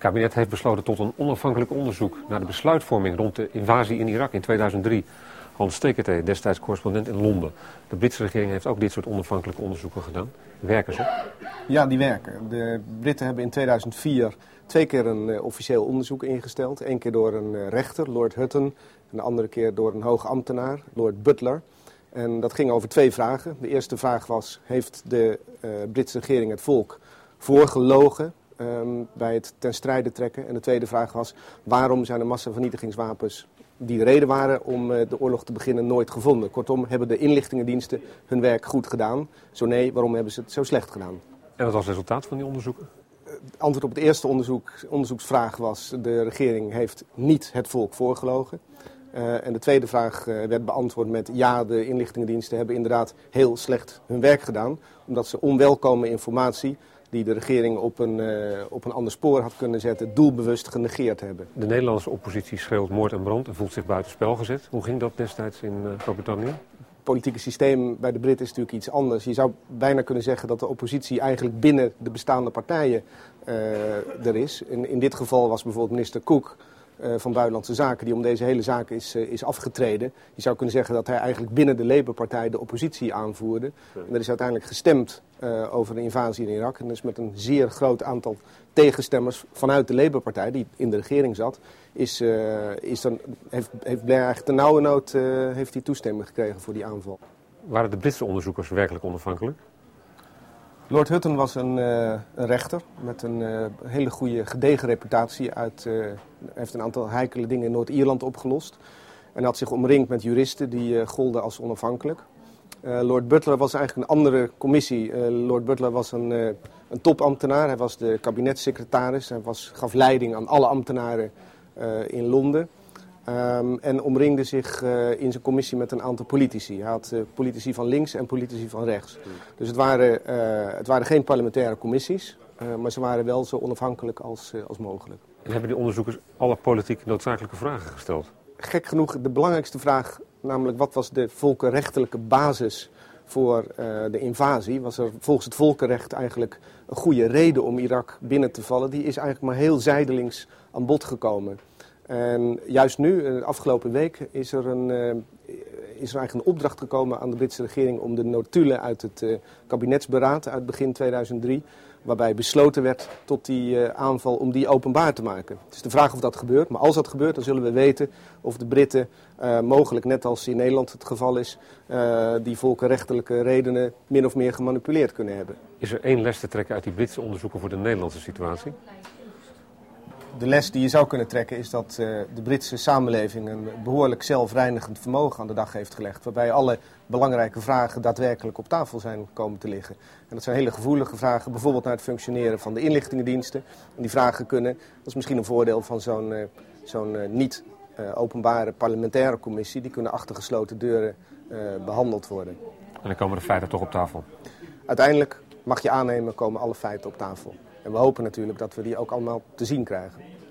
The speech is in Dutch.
kabinet heeft besloten tot een onafhankelijk onderzoek naar de besluitvorming rond de invasie in Irak in 2003. Hans Steketee, destijds correspondent in Londen. De Britse regering heeft ook dit soort onafhankelijke onderzoeken gedaan. Werken ze? Ja, die werken. De Britten hebben in 2004 2 keer een officieel onderzoek ingesteld. 1 keer door een rechter, Lord Hutton, en de andere keer door een hoge ambtenaar, Lord Butler. En dat ging over 2 vragen. De eerste vraag was, heeft de Britse regering het volk voorgelogen bij het ten strijde trekken? En de tweede vraag was, waarom zijn de massavernietigingswapens die de reden waren om de oorlog te beginnen nooit gevonden? Kortom, hebben de inlichtingendiensten hun werk goed gedaan? Zo nee, waarom hebben ze het zo slecht gedaan? En wat was het resultaat van die onderzoeken? Het antwoord op het eerste onderzoeksvraag was, de regering heeft niet het volk voorgelogen. En de tweede vraag werd beantwoord met, ja, de inlichtingendiensten hebben inderdaad heel slecht hun werk gedaan. Omdat ze onwelkome informatie die de regering op een ander spoor had kunnen zetten, doelbewust genegeerd hebben. De Nederlandse oppositie schreeuwt moord en brand en voelt zich buitenspel gezet. Hoe ging dat destijds in Groot-Brittannië? Het politieke systeem bij de Britten is natuurlijk iets anders. Je zou bijna kunnen zeggen dat de oppositie eigenlijk binnen de bestaande partijen er is. In dit geval was bijvoorbeeld minister Cook van Buitenlandse Zaken, die om deze hele zaak is afgetreden. Je zou kunnen zeggen dat hij eigenlijk binnen de Labour-partij de oppositie aanvoerde. En er is uiteindelijk gestemd over de invasie in Irak. En dus met een zeer groot aantal tegenstemmers vanuit de Labour-partij, die in de regering zat, heeft Blair eigenlijk ter nauwe nood heeft hij toestemming gekregen voor die aanval. Waren de Britse onderzoekers werkelijk onafhankelijk? Lord Hutton was een rechter met een hele goede gedegen reputatie. Hij heeft een aantal heikele dingen in Noord-Ierland opgelost. En had zich omringd met juristen die golden als onafhankelijk. Lord Butler was eigenlijk een andere commissie. Lord Butler was een topambtenaar. Hij was de kabinetssecretaris. Hij gaf leiding aan alle ambtenaren in Londen. En omringde zich in zijn commissie met een aantal politici. Hij had politici van links en politici van rechts. Dus het waren geen parlementaire commissies, maar ze waren wel zo onafhankelijk als mogelijk. En hebben die onderzoekers alle politiek noodzakelijke vragen gesteld? Gek genoeg, de belangrijkste vraag, namelijk wat was de volkenrechtelijke basis voor de invasie? Was er volgens het volkenrecht eigenlijk een goede reden om Irak binnen te vallen? Die is eigenlijk maar heel zijdelings aan bod gekomen. En juist nu, de afgelopen week, is er eigenlijk een opdracht gekomen aan de Britse regering om de notulen uit het kabinetsberaad uit begin 2003, waarbij besloten werd tot die aanval om die openbaar te maken. Het is de vraag of dat gebeurt, maar als dat gebeurt, dan zullen we weten of de Britten mogelijk, net als in Nederland het geval is, die volkenrechtelijke redenen min of meer gemanipuleerd kunnen hebben. Is er 1 les te trekken uit die Britse onderzoeken voor de Nederlandse situatie? De les die je zou kunnen trekken is dat de Britse samenleving een behoorlijk zelfreinigend vermogen aan de dag heeft gelegd. Waarbij alle belangrijke vragen daadwerkelijk op tafel zijn komen te liggen. En dat zijn hele gevoelige vragen, bijvoorbeeld naar het functioneren van de inlichtingendiensten. En die vragen kunnen, dat is misschien een voordeel van zo'n niet openbare parlementaire commissie, die kunnen achter gesloten deuren behandeld worden. En dan komen de feiten toch op tafel? Uiteindelijk, mag je aannemen, komen alle feiten op tafel. En we hopen natuurlijk dat we die ook allemaal te zien krijgen.